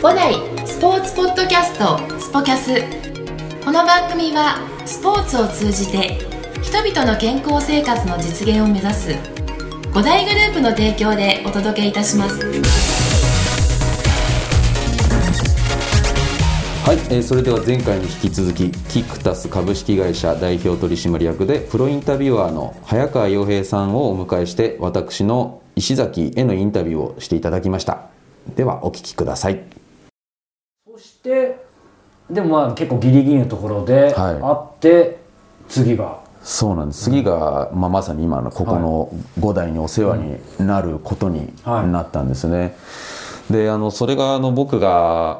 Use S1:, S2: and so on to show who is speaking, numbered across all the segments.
S1: 五代スポーツポッドキャストスポキャス。この番組はスポーツを通じて人々の健康生活の実現を目指す五大グループの提供でお届けいたします。
S2: はい、それでは前回に引き続きキクタス株式会社代表取締役でプロインタビュアーの早川洋平さんをお迎えして私の石崎へのインタビューをしていただきました。ではお聞きください。
S3: そしてでも結構ギリギリのところであって、次が
S2: そうなんです。次が、まさに今のここの5代にお世話になることになったんですね。でそれが僕が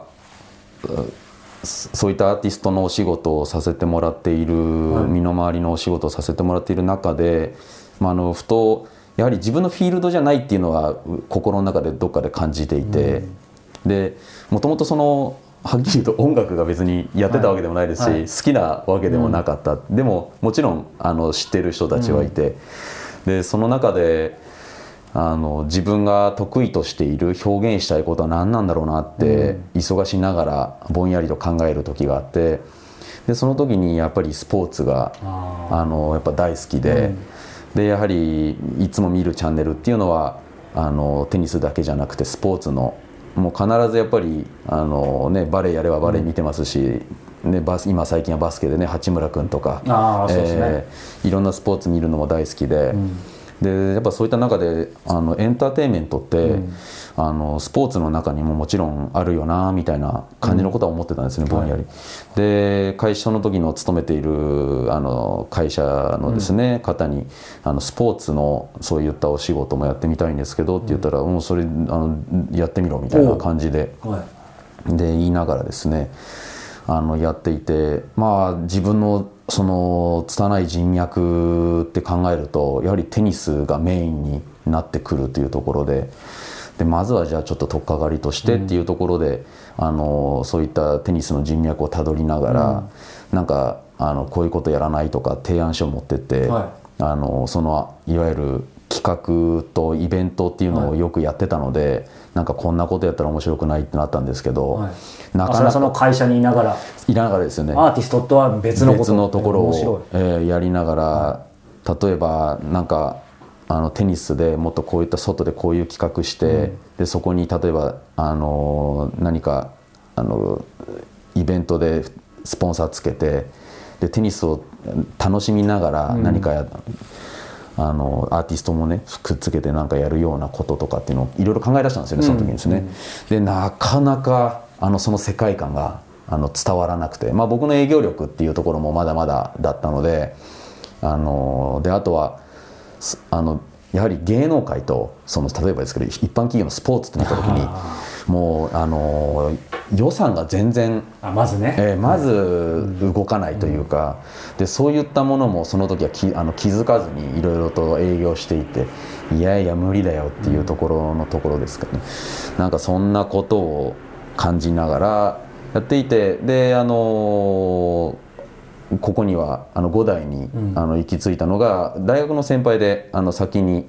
S2: そういったアーティストのお仕事をさせてもらっている、身の回りのお仕事をさせてもらっている中で、ふとやはり自分のフィールドじゃないっていうのは心の中でどっかで感じていて、でもともとはっきり言うと音楽が別にやってたわけでもないですし、好きなわけでもなかった、でももちろん知ってる人たちはいて、でその中で自分が得意としている表現したいことは何なんだろうなって忙しながらぼんやりと考える時があって、でその時にやっぱりスポーツがやっぱ大好きで、でやはりいつも見るチャンネルっていうのはテニスだけじゃなくてスポーツのもう必ずやっぱりバレーやればバレー見てますし、今最近はバスケでね八村君とかいろんなスポーツ見るのも大好きで。でやっぱそういった中でエンターテインメントって、スポーツの中にももちろんあるよなみたいな感じのことは思ってたんですね、ぼんやり。で会社の時の勤めている会社のですね、方にスポーツのそういったお仕事もやってみたいんですけどって言ったら、もうそれやってみろみたいな感じで、で言いながらですねやっていて、自分の拙い人脈って考えるとやはりテニスがメインになってくるというところで、まずはじゃあちょっと取っかかりとしてっていうところで、そういったテニスの人脈をたどりながら、なんかこういうことやらないとか提案書を持ってって、いわゆる企画とイベントっていうのをよくやってたので、なんかこんなことやったら面白くないってなったんですけど、なかなか
S3: その会社にいながら
S2: ですよね。
S3: アーティストとは別の
S2: ところをやりながら、例えばなんかテニスでもっとこういった外でこういう企画して、でそこに例えば何かイベントでスポンサーつけて、でテニスを楽しみながら何かアーティストもねくっつけてなんかやるようなこととかっていうのをいろいろ考え出したんですよね、その時にですね。でなかなかその世界観が伝わらなくて、僕の営業力っていうところもまだまだだったので、であとはやはり芸能界と例えばですけど一般企業のスポーツってなった時にもう予算が全然まず動かないというか、でそういったものもその時は気づかずにいろいろと営業していて、いやいや無理だよっていうところですかね。なんかそんなことを感じながらやっていて、でここには5代に行き着いたのが大学の先輩で先に、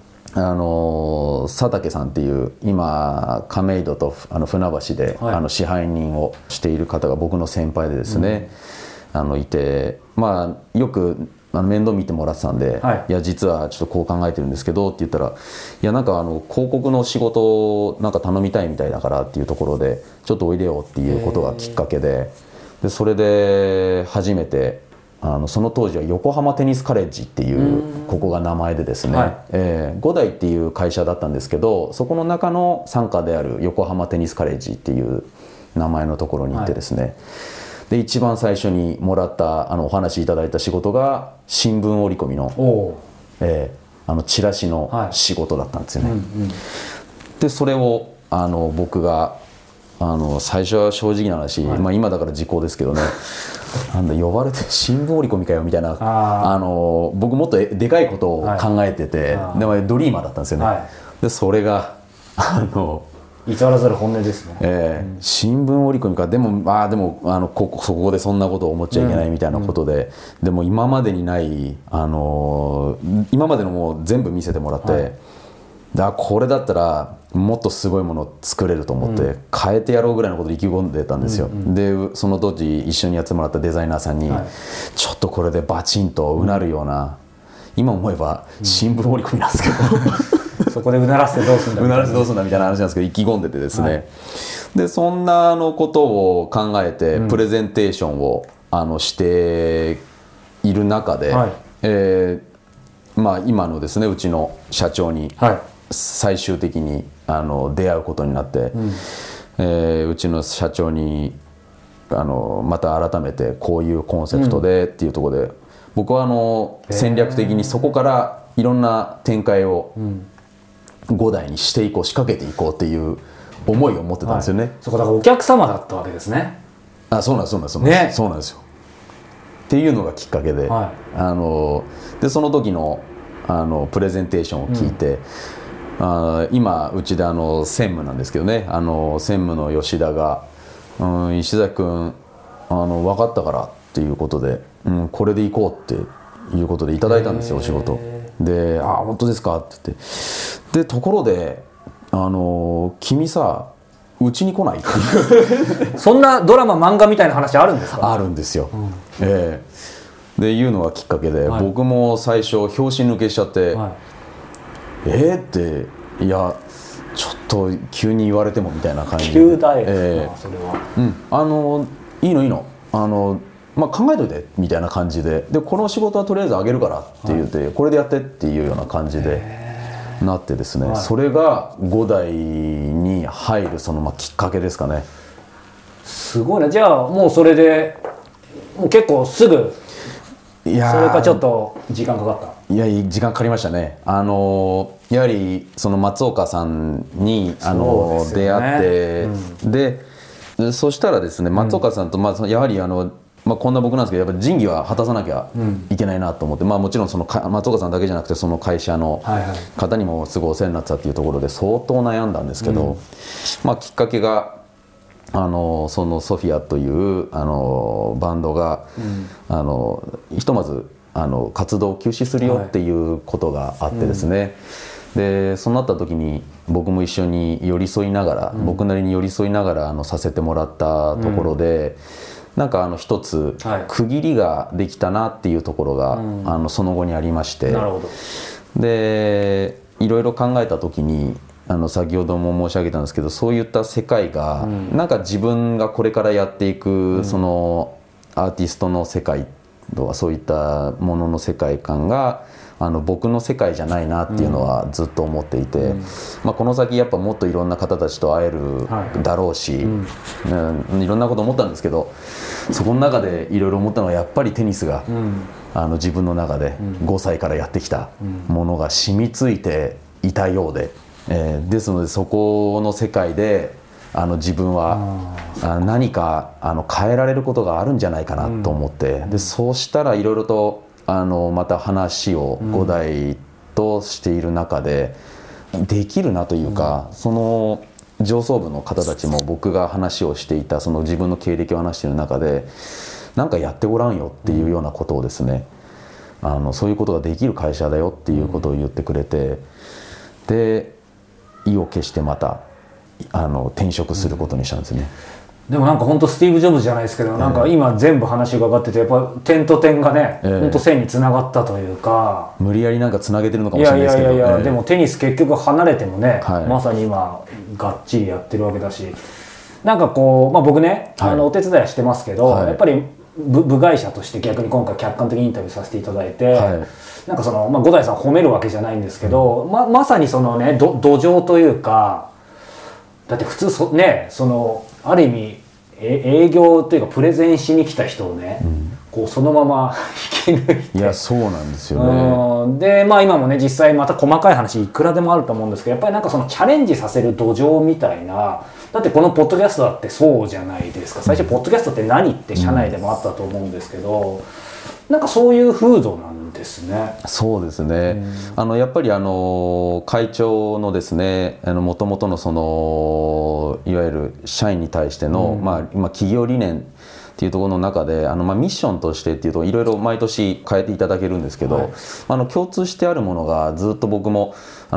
S2: 佐竹さんっていう今亀戸と船橋で支配人をしている方が僕の先輩でですね、いて、よく面倒見てもらってたんで、いや実はちょっとこう考えてるんですけどって言ったら、いやなんか広告の仕事をなんか頼みたいみたいだからっていうところでちょっとおいでよっていうことがきっかけで、それで初めてその当時は横浜テニスカレッジっていうここが名前でですね、5代っていう会社だったんですけど、そこの中の傘下である横浜テニスカレッジっていう名前のところに行ってですね、で一番最初にもらったお話いただいた仕事が新聞折り込みの、チラシの仕事だったんですよね。でそれを僕が最初は正直な話、今だから時効ですけどね呼ばれて新聞折り込みかよみたいな、僕もっとでかいことを考えてて、でもドリーマーだったんですよね。でそれが
S3: 偽らざる本音ですね。
S2: 新聞折り込みか、でもそこでそんなことを思っちゃいけないみたいなことで、でも今までにない今までのもう全部見せてもらって、 だからこれだったらもっとすごいものを作れると思って変えてやろうぐらいのことで意気込んでたんですよ、でその当時一緒にやってもらったデザイナーさんに、ちょっとこれでバチンとうなるような、今思えば新聞織り込みなんですけど、
S3: そこでうならせてどうすんだ
S2: うならせてどうすんだみたいな話なんですけど、意気込んでてですね、でそんなことを考えてプレゼンテーションをしている中で、今のですねうちの社長に最終的に出会うことになって、うちの社長にまた改めてこういうコンセプトでっていうところで、僕は戦略的にそこからいろんな展開を5代にしていこう、仕掛けていこうっていう思いを持ってたんですよね、
S3: そこだからお客様だったわけですね。
S2: そうなんですそうなんですよっていうのがきっかけで、でその時のプレゼンテーションを聞いて、今うちで専務なんですけどね、専務の吉田が「石崎君分かったから」っていうことで、これで行こうっていうことでいただいたんですよ、お仕事で。本当ですかって言って、でところで君さうちに来ないっていう
S3: そんなドラマ漫画みたいな話あるんですか？
S2: あるんですよ、でいうのがきっかけで、僕も最初拍子抜けしちゃって、っていやちょっと急に言われてもみたいな感じで、
S3: 急だよ、それは、
S2: いいの考えといてみたいな感じで、この仕事はとりあえずあげるからって言って、これでやってっていうような感じでなってですね、それが5代に入るそのきっかけですかね。
S3: すごいな。じゃあもうそれでもう結構すぐ、それかちょっと時間かかった？
S2: いや時間かかりましたね。やはりその松岡さんに出会って、でそしたらですね、松岡さんとやはりこんな僕なんですけど、やっぱり仁義は果たさなきゃいけないなと思って、もちろんその松岡さんだけじゃなくてその会社の方にもすごいお世話になってたっていうところで相当悩んだんですけど、きっかけがそのソフィアというバンドが、ひとまず活動を休止するよっていうことがあってですね、でそうなった時に僕も一緒に寄り添いながら、僕なりに寄り添いながらさせてもらったところで、なんか一つ区切りができたなっていうところが、その後にありまして、でいろいろ考えた時に先ほども申し上げたんですけど、そういった世界が、なんか自分がこれからやっていくそのアーティストの世界とはそういったものの世界観が僕の世界じゃないなっていうのはずっと思っていて、この先やっぱもっといろんな方たちと会えるだろうし、いろんなこと思ったんですけど、そこの中でいろいろ思ったのはやっぱりテニスが、自分の中で5歳からやってきたものが染みついていたようで、ですのでそこの世界で自分は何か変えられることがあるんじゃないかなと思って、でそうしたらいろいろとまた話を5代としている中でできるなというか、その上層部の方たちも僕が話をしていたその自分の経歴を話している中で、なんかやってごらんよっていうようなことをですね、そういうことができる会社だよっていうことを言ってくれて、で意を決してまた転職することにしたんですね。
S3: でもなんか本当スティーブ・ジョブズじゃないですけど、なんか今全部話伺っててやっぱ点と点がね、本当線につながったというか、
S2: 無理やりなんかつなげてるのかもしれないですけど、
S3: いやでもテニス結局離れてもね、まさに今がっちりやってるわけだし、なんかこう、僕ね、お手伝いはしてますけど、やっぱり部外者として逆に今回客観的にインタビューさせていただいて、なんかその五代さん褒めるわけじゃないんですけど、まさにそのね土壌というか、だって普通そのある意味営業というかプレゼンしに来た人をね、こうそのまま引き抜いて、
S2: いやそうなんですよね。
S3: で今もね実際また細かい話いくらでもあると思うんですけど、やっぱりなんかそのチャレンジさせる土壌みたいな、だってこのポッドキャストだってそうじゃないですか。最初ポッドキャストって何って社内でもあったと思うんですけど、なんかそういう風土なんですね。
S2: そうですね、やっぱり会長のですね、もともとのそのいわゆる社員に対しての、今企業理念っていうところの中でミッションとしてっていうといろいろ毎年変えていただけるんですけど、共通してあるものがずっと僕も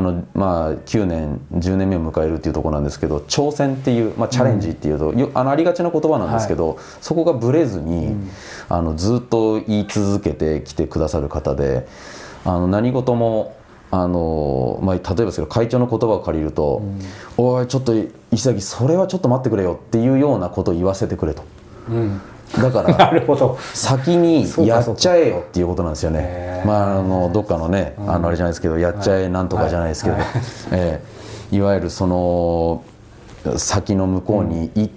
S2: 9年10年目を迎えるっていうところなんですけど、挑戦っていう、チャレンジっていうと、ありがちな言葉なんですけど、そこがブレずに、ずっと言い続けてきてくださる方で、何事も例えばですけど会長の言葉を借りると、おいちょっと石崎それはちょっと待ってくれよっていうようなことを言わせてくれと、だから
S3: なるほど、
S2: 先にやっちゃえよっていうことなんですよね。どっかのね、あれじゃないですけど、やっちゃえなんとかじゃないですけど、いわゆるその先の向こうに行って、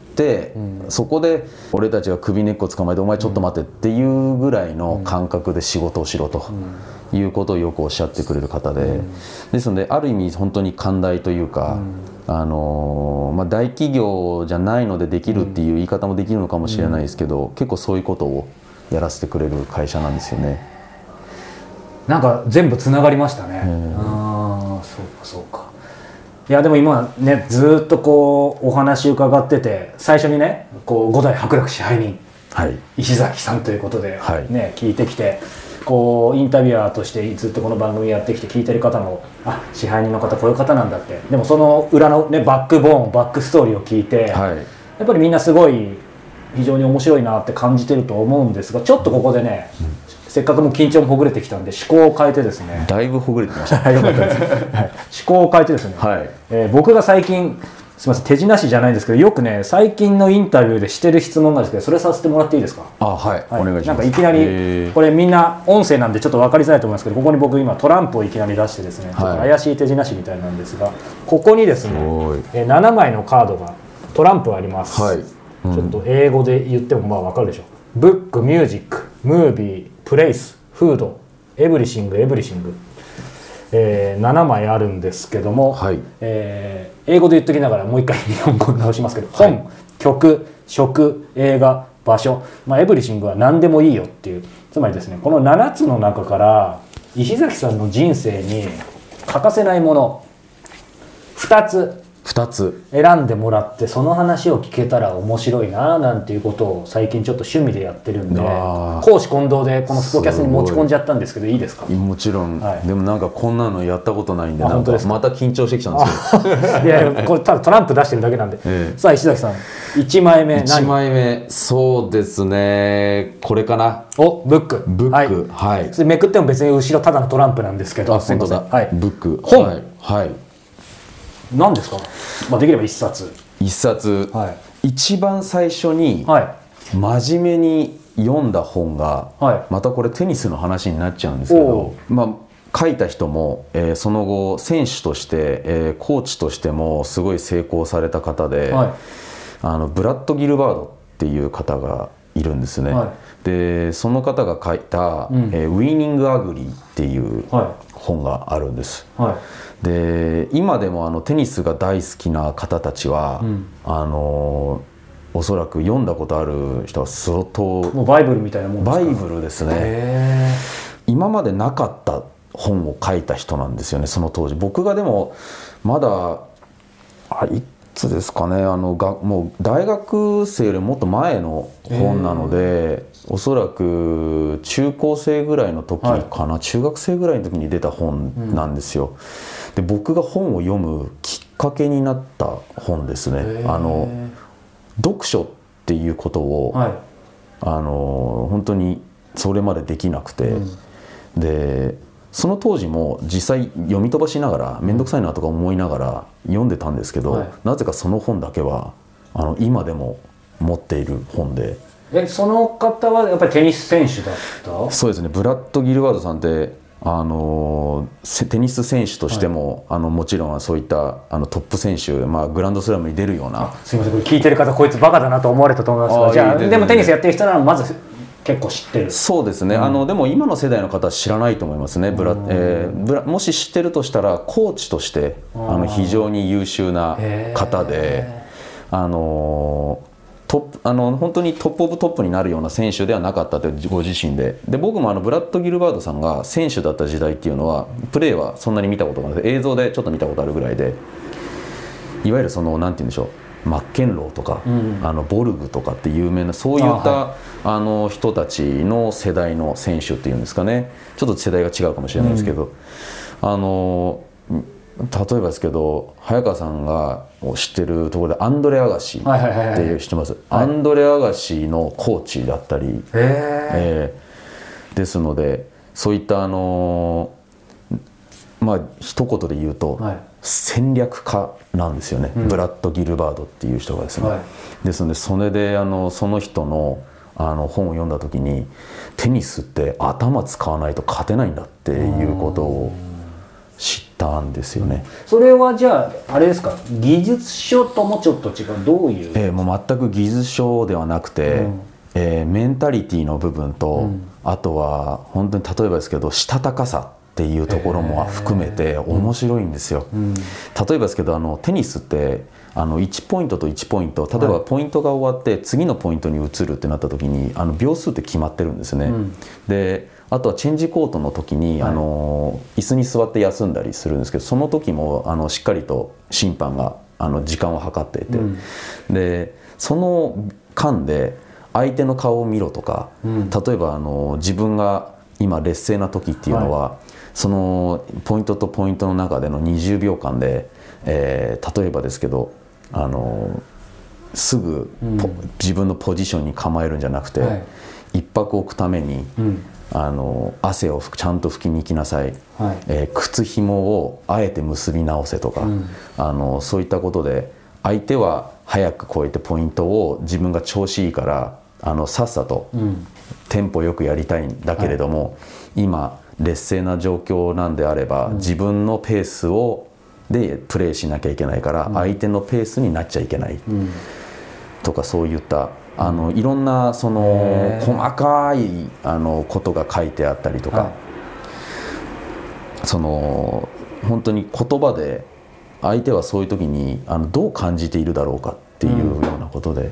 S2: そこで俺たちが首根っこ捕まえてお前ちょっと待ってっていうぐらいの感覚で仕事をしろということをよくおっしゃってくれる方で、ですのである意味本当に寛大というか、大企業じゃないのでできるっていう言い方もできるのかもしれないですけど、結構そういうことをやらせてくれる会社なんですよね。
S3: なんか全部つながりましたね。ああ、そうかそうか。いやでも今ねずっとこうお話伺ってて、最初にねこう5代伯楽支配人、石崎さんということで、聞いてきて、こうインタビュアーとしてずっとこの番組やってきて聞いてる方も、支配人の方こういう方なんだって、でもその裏のねバックボーンバックストーリーを聞いて、やっぱりみんなすごい非常に面白いなって感じてると思うんですが、ちょっとここでね、せっかくも緊張もほぐれてきたんで思考を変えてですね、
S2: だいぶほぐれてきました
S3: よかったです、思考を変えてですね、僕が最近すみません手品師じゃないんですけど、よくね最近のインタビューでしてる質問なんですけど、それさせてもらっていいですか。
S2: お願いします。
S3: なんかいきなりこれみんな音声なんでちょっと分かりづらいと思いますけど、ここに僕今トランプをいきなり出してですね、ちょっと怪しい手品師みたいなんですが、ここにですね7枚のカードがトランプあります、ちょっと英語で言っても分かるでしょ。ブック、ミュージック、ムービー、プレイス、フード、エブリシング、エブリシング、7枚あるんですけども、英語で言っときながらもう一回日本語に直しますけど、本、曲、食、映画、場所、エブリシングは何でもいいよっていう、つまりですねこの7つの中から石崎さんの人生に欠かせないもの2つ選んでもらって、その話を聞けたら面白いななんていうことを最近ちょっと趣味でやってるんで、公私混同でこのスポキャスに持ち込んじゃったんですけどいいですか。
S2: もちろん、でもなんかこんなのやったことないんで、なんかまた緊張してきたんですけど
S3: いやこれただトランプ出してるだけなんで、さあ石崎さん1枚目
S2: 1枚目そうですね、これかな。
S3: ブック、それめくっても別に後ろただのトランプなんですけど、
S2: 本当だ、ブック、
S3: 本、何ですか。できれば1冊、
S2: 一番最初に真面目に読んだ本が、またこれテニスの話になっちゃうんですけど、書いた人も、その後選手として、コーチとしてもすごい成功された方で、ブラッド・ギルバードっていう方がいるんですね、でその方が書いた、ウィーニング・アグリーっていう本があるんです、で今でもテニスが大好きな方たちは、おそらく読んだことある人は相当
S3: もうバイブルみたいなもんですか。
S2: バイブルですね。今までなかった本を書いた人なんですよね、その当時。僕がでもまだいつですかね、もう大学生よりもっと前の本なので、おそらく中高生ぐらいの時かな、中学生ぐらいの時に出た本なんですよ、で僕が本を読むきっかけになった本ですね。読書っていうことを、本当にそれまでできなくて、でその当時も実際読み飛ばしながら面倒くさいなとか思いながら読んでたんですけど、なぜかその本だけは今でも持っている本で。
S3: その方はやっぱりテニス選手だった？
S2: そうですね。ブラッド・ギルバードさんってテニス選手としても、もちろんそういったトップ選手、グランドスラムに出るような。
S3: すみません、これ聞いてる方こいつバカだなと思われたと思いますが、じゃあでもテニスやってる人ならまず結構知ってる。そうですね、
S2: でも今の世代の方は知らないと思いますね。もし知ってるとしたらコーチとして非常に優秀な方で、本当にトップオブトップになるような選手ではなかったというご自身で、僕もブラッド・ギルバードさんが選手だった時代っていうのはプレーはそんなに見たことがなくて、映像でちょっと見たことあるぐらいで、いわゆるなんて言うんでしょう、 マッケンローとか、ボルグとかって有名なそういった人たちの世代の選手っていうんですかね。ちょっと世代が違うかもしれないですけど、例えばですけど早川さんが知ってるところでアンドレ・アガシって知ってます？アンドレ・アガシのコーチだったり、ですのでそういった一言で言うと、戦略家なんですよね、ブラッド・ギルバードっていう人がですね、ですのでそれでその人の本を読んだ時にテニスって頭使わないと勝てないんだっていうことを知ったんですよね。
S3: それはじゃああれですか、技術書ともちょっと違う、どういう、
S2: もう全く技術書ではなくて、メンタリティの部分と、あとは本当に例えばですけどしたたかさっていうところも含めて面白いんですよ。例えばですけどテニスって1ポイントと1ポイント、例えばポイントが終わって次のポイントに移るってなった時に秒数って決まってるんですね。であとはチェンジコートの時に椅子に座って休んだりするんですけど、その時もしっかりと審判が時間を計っていて、でその間で相手の顔を見ろとか、例えば自分が今劣勢な時っていうのは、そのポイントとポイントの中での20秒間で、例えばですけどすぐ自分のポジションに構えるんじゃなくて、一泊置くために、汗をちゃんと拭きに行きなさい、靴紐をあえて結び直せとか、そういったことで相手は早く超えてポイントを自分が調子いいからさっさとテンポよくやりたいんだけれども、今劣勢な状況なんであれば、自分のペースでプレーしなきゃいけないから相手のペースになっちゃいけない、とかそういったいろんなその細かいことが書いてあったりとか、その本当に言葉で相手はそういう時にどう感じているだろうかっていうようなことで、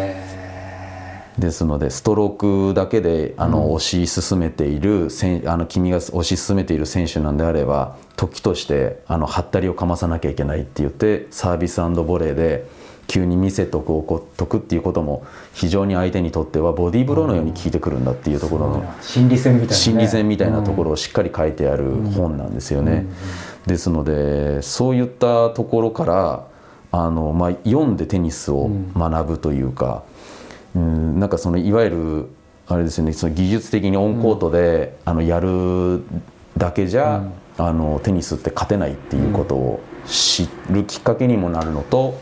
S2: ですのでストロークだけで推し進めている君が推し進めている選手なんであれば、時としてハったりをかまさなきゃいけないって言ってサービス&ボレーで急に見せとくっていうことも非常に相手にとってはボディーブローのように効いてくるんだっていうところの
S3: 心理戦
S2: みたいなところをしっかり書いてある本なんですよね。ですのでそういったところから読んでテニスを学ぶというか、なんかそのいわゆるあれですよね、その技術的にオンコートでやるだけじゃテニスって勝てないっていうことを知るきっかけにもなるのと、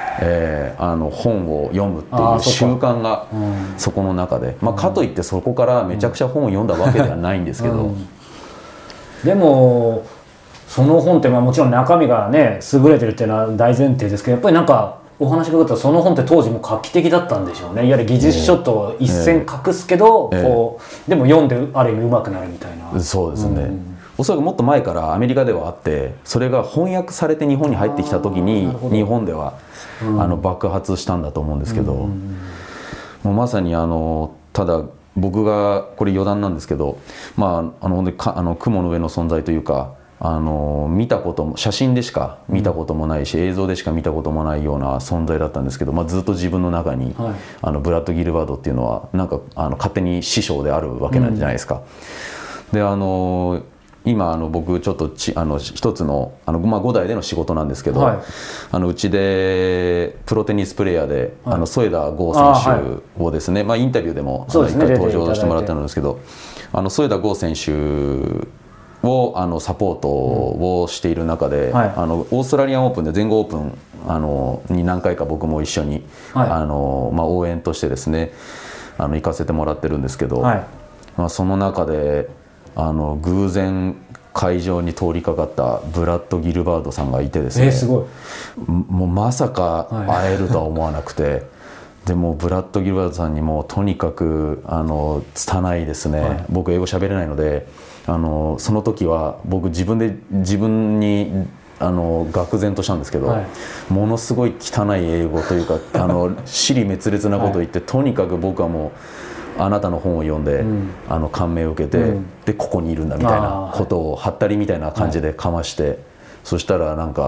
S2: 本を読むっていう習慣がそこの中で、かといってそこからめちゃくちゃ本を読んだわけではないんですけど、
S3: でもその本ってもちろん中身がね優れてるっていうのは大前提ですけど、やっぱりなんかお話伺ったらその本って当時も画期的だったんでしょうね。いわゆる技術書と一線隠すけど、でも読んである意味上手くなるみたいな。
S2: そうですね、おそらくもっと前からアメリカではあって、それが翻訳されて日本に入ってきた時に日本では爆発したんだと思うんですけど、もうまさにただ僕がこれ余談なんですけど、本当に雲の上の存在というか、見たことも写真でしか見たこともないし、映像でしか見たこともないような存在だったんですけど、ずっと自分の中に、ブラッド・ギルバードっていうのはなんか勝手に師匠であるわけなんじゃないですか。で今僕ちょっと一つの5代での仕事なんですけど、うちでプロテニスプレーヤーで、添田剛選手をですね、インタビューでも一回登場してもらったんですけど、添田剛選手をサポートをしている中で、オーストラリアンオープンで全豪オープンに何回か僕も一緒に、応援としてですね行かせてもらってるんですけど、その中で偶然会場に通りかかったブラッド・ギルバードさんがいてですね、
S3: すごい
S2: もうまさか会えるとは思わなくて、でもブラッド・ギルバードさんにもとにかく拙いですね、僕英語喋れないのでその時は僕自分に愕然としたんですけど、ものすごい汚い英語というか支離滅裂なことを言って、とにかく僕はもうあなたの本を読んで、感銘を受けて、でここにいるんだみたいなことをはったりみたいな感じでかまして、そしたらなんか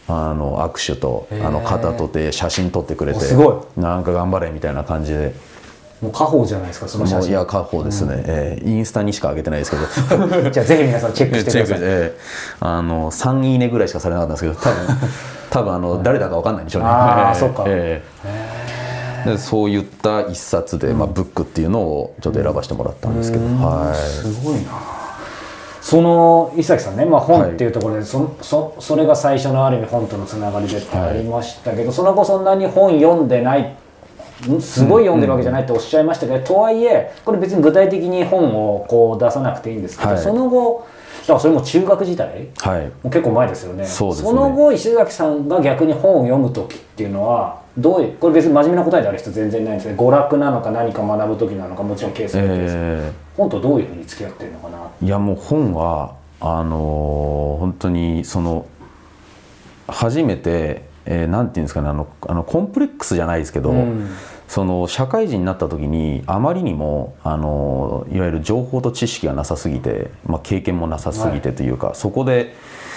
S2: 握手と肩取って写真撮ってくれて、
S3: すごい
S2: なんか頑張れみたいな感じで。
S3: もう家宝じゃないですか、その写真。
S2: いや家宝ですね、インスタにしか上げてないですけど
S3: じゃあぜひ皆さんチェックしてください。
S2: 3いいねぐらいしかされなかったんですけど、多分誰だか分かんないんでしょうね。
S3: ああ、そうか。
S2: でそういった一冊で、ブックっていうのをちょっと選ばせてもらったんですけど、
S3: すごいな。その石崎さんね、本っていうところで、それが最初のある意味本とのつながりでってありましたけど、その後そんなに本読んでないすごい読んでるわけじゃないっておっしゃいましたけど、とはいえこれ別に具体的に本をこう出さなくていいんですけど、その後だからそれも中学時代、もう結構前ですよね。その後石崎さんが逆に本を読む時っていうのはどういう、これ別に真面目な答えである必要全然ないんですけど、娯楽なのか何か学ぶ時なのか、もちろんケースによってです、本とどういうふうに付き合ってるのかな。
S2: いやもう本は本当に初めてなんていうんですかね、コンプレックスじゃないですけど、その社会人になった時にあまりにもいわゆる情報と知識がなさすぎて、経験もなさすぎてというか、そこで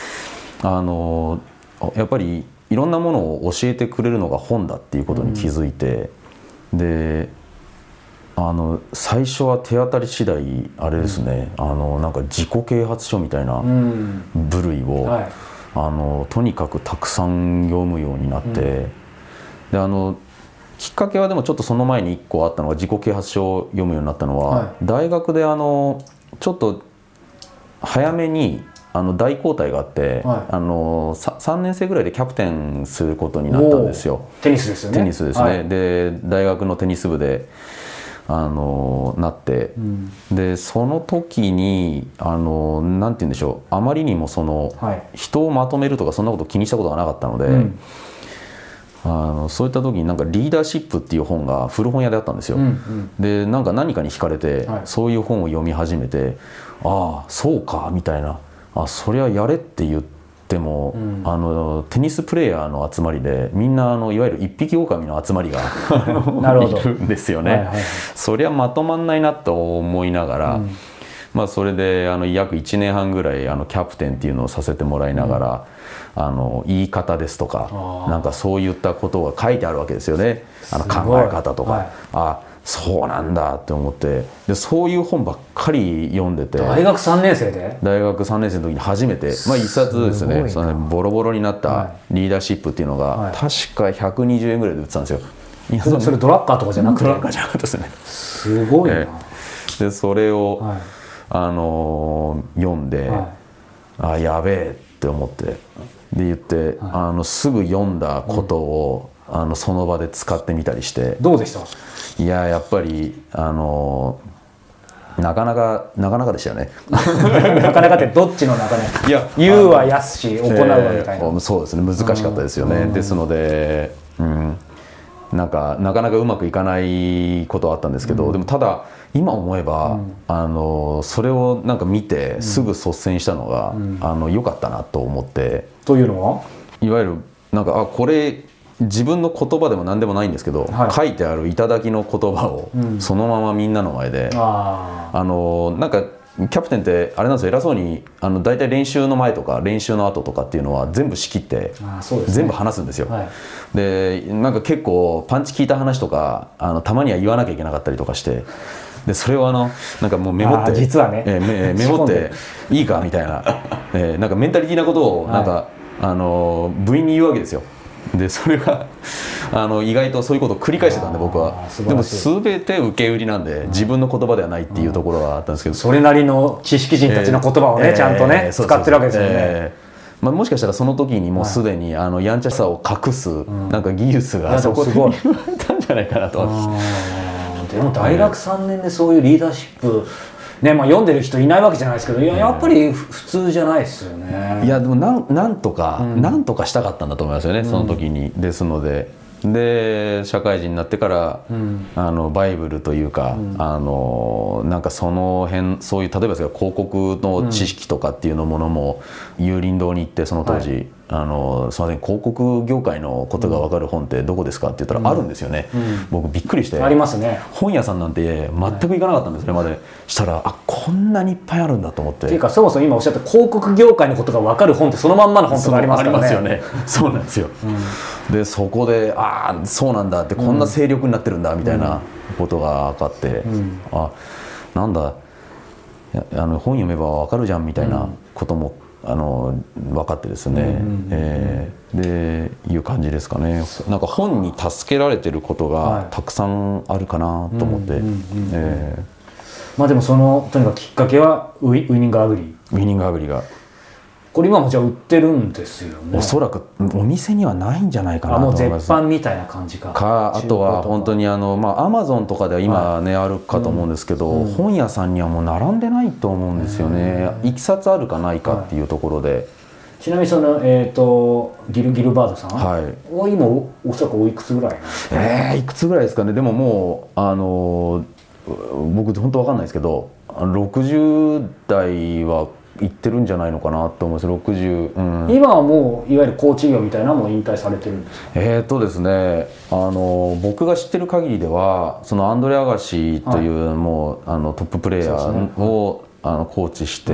S2: やっぱりいろんなものを教えてくれるのが本だっていうことに気づいて、で最初は手当たり次第あれですね、なんか自己啓発書みたいな部類を、とにかくたくさん読むようになって、できっかけはでもちょっとその前に1個あったのが、自己啓発書を読むようになったのは、大学でちょっと早めに大交代があって、3年生ぐらいでキャプテンすることになったんですよ。
S3: テニスですよね。
S2: テニスですね、で大学のテニス部でなって、でその時になんて言うんでしょう、あまりにも人をまとめるとかそんなこと気にしたことがなかったので、そういった時になんかリーダーシップっていう本が古本屋であったんですよ。で何かに惹かれて、そういう本を読み始めて、ああそうかみたいな、そりゃやれって言っても、テニスプレーヤーの集まりでみんないわゆる一匹狼の集まりがいるんですよね。そりゃまとまんないなと思いながら、それで約1年半ぐらいキャプテンっていうのをさせてもらいながら、言い方ですとか、なんかそういったことが書いてあるわけですよね。考え方とか、そうなんだって思って、でそういう本ばっかり読んでて、
S3: 大学3年生で
S2: 大学3年生の時に初めて、一冊ですね、ボロボロになったリーダーシップっていうのが、確か120円ぐらいで売ってたんですよ。
S3: それドラッカーとかじゃなくて？
S2: ドラッカーじゃなかったですね。
S3: すごいな。
S2: でそれを、読んで、やべえって思ってで言って、すぐ読んだことを、その場で使ってみたりして。
S3: どうでした？
S2: いややっぱりなかなかでしたよね。
S3: なかなかってどっちのなかなか？いや言うはやすし行うはみたいな。
S2: そうですね、難しかったですよね。ですので、なかなかうまくいかないことはあったんですけど、でもただ今思えば、それをなんか見てすぐ率先したのが、良かったなと思って。
S3: というのは？
S2: いわゆるなんかこれ自分の言葉でも何でもないんですけど、書いてある頂きの言葉をそのままみんなの前で、なんかキャプテンってあれなんですよ、偉そうに大体練習の前とか練習の後とかっていうのは全部仕切って全部話すんですよ。でなんか結構パンチ効いた話とかたまには言わなきゃいけなかったりとかして、でそれをなんかもうメモって、
S3: 実はね、
S2: メモっていいかみたいな、なんかメンタリティなことをなんか、部員に言うわけですよ。でそれが意外とそういうことを繰り返してたんで、僕は。でも全て受け売りなんで、自分の言葉ではないっていうところがあったんですけど、
S3: それなりの知識人たちの言葉をね、ちゃんとね使ってるわけですよね。
S2: もしかしたらその時にもうすでにやんちゃさを隠すなんか技術がそこで磨いたんじゃないかなと。
S3: でも大学3年でそういうリーダーシップね、読んでる人いないわけじゃないですけど、やっぱり普通じゃないですよね。
S2: いやでもなんとかしたかったんだと思いますよね、その時に。ですので社会人になってから、バイブルというか、なんかその辺そういう例えばですけど広告の知識とかっていうのものも有林堂に行って、その当時、 すいません広告業界のことが分かる本ってどこですかって言ったらあるんですよね、僕びっくりして、
S3: ありますね。
S2: 本屋さんなんて全く行かなかったんですね、までしたらこんなにいっぱいあるんだと思って。
S3: っていうかそもそも今おっしゃった広告業界のことが分かる本ってそのまんまの本とかありますからね。
S2: ありますよね。そうなんですよ、でそこでそうなんだって、こんな勢力になってるんだみたいなことが分かって、なんだ本読めば分かるじゃんみたいなことも分かってですね、でいう感じですかね。なんか本に助けられてることがたくさんあるかなと思って。
S3: まあでもとにかくきっかけはウイニングアグリー。
S2: ウイニングアグリーが
S3: これ今もじゃあ売ってるんですよね。
S2: おそらくお店にはないんじゃないかなと思います。
S3: もう絶版みたいな感じか。
S2: あとは本当にAmazon とかでは今ね、あるかと思うんですけど、本屋さんにはもう並んでないと思うんですよね。いきさつあるかないかっていうところで。
S3: ちなみにギルバードさんは今おそらくおいくつぐらい？
S2: いくつぐらいですかね。でももう僕本当わかんないですけど、60代は行ってるんじゃないのかなと思います。60、
S3: 今はもういわゆるコーチ業みたいなのも引退されてるんですか？
S2: ですね、僕が知ってる限りではそのアンドレ・アガシという、もうトッププレーヤーをコーチして、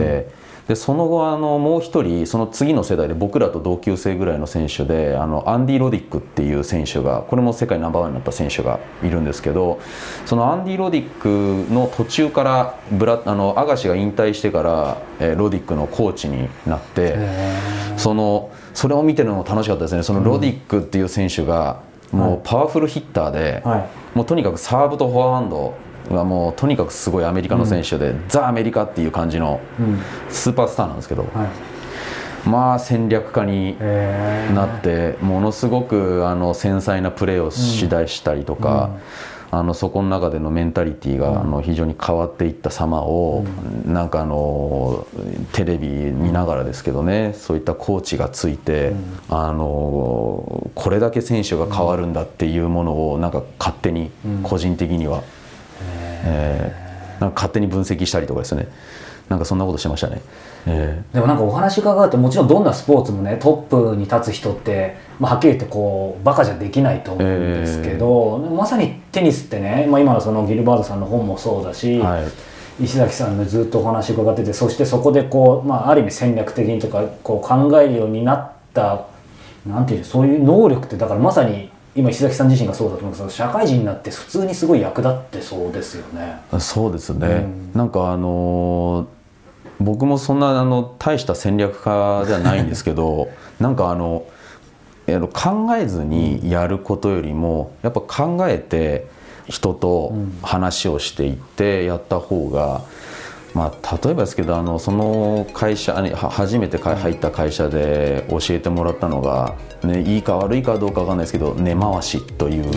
S2: でその後もう一人その次の世代で僕らと同級生ぐらいの選手でアンディ・ロディックっていう選手が、これも世界ナンバーワンになった選手がいるんですけど、そのアンディ・ロディックの途中からアガシが引退してから、ロディックのコーチになって、それを見てるのも楽しかったですね。そのロディックっていう選手がもうパワフルヒッターで、もうとにかくサーブとフォアハンドがもうとにかくすごいアメリカの選手で、ザ・アメリカっていう感じのスーパースターなんですけど、まあ戦略家になってものすごく繊細なプレーをしだしたりとか、そこの中でのメンタリティーが非常に変わっていった様を、なんかテレビ見ながらですけどね、そういったコーチがついて、これだけ選手が変わるんだっていうものをなんか勝手に個人的にはなんか勝手に分析したりとかですね、なんかそんなことしてましたね。
S3: でもなんかお話伺うと、もちろんどんなスポーツもね、トップに立つ人って、はっきり言ってバカじゃできないと思うんですけど、まさにテニスってね、今のそのギルバードさんの本もそうだし、石崎さんのずっとお話伺ってて、そしてそこである意味戦略的にとか考えるようになったなんていう、そういう能力って、だからまさに今石崎さん自身がそうだと思うんですけど、社会人になって普通にすごい役立ってそうですよね。そうですね、
S2: なんか僕もそんな大した戦略家ではないんですけどなんか考えずにやることよりもやっぱ考えて人と話をしていってやった方が、例えばですけどその会社に初めて入った会社で教えてもらったのが、いいか悪いかどうかわかんないですけど根回しという、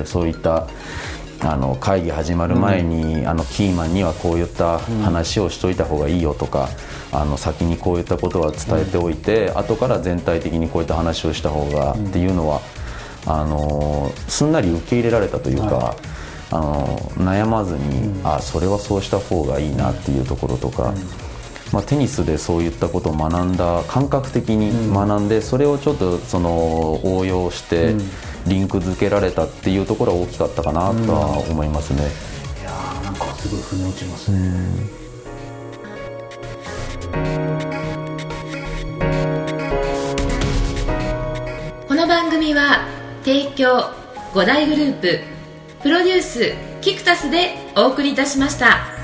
S2: そういった会議始まる前に、キーマンにはこういった話をしといた方がいいよとか、先にこういったことは伝えておいて、後から全体的にこういった話をした方がっていうのは、すんなり受け入れられたというか、悩まずにそれはそうした方がいいなっていうところとか、テニスでそういったことを学んだ、感覚的に学んで、それをちょっと応用してリンク付けられたっていうところは大きかったかなとは思いますね。
S3: いやー、なんかすごい腑に落ちますね。
S1: この番組は提供5大グループプロデュースキクタスでお送りいたしました。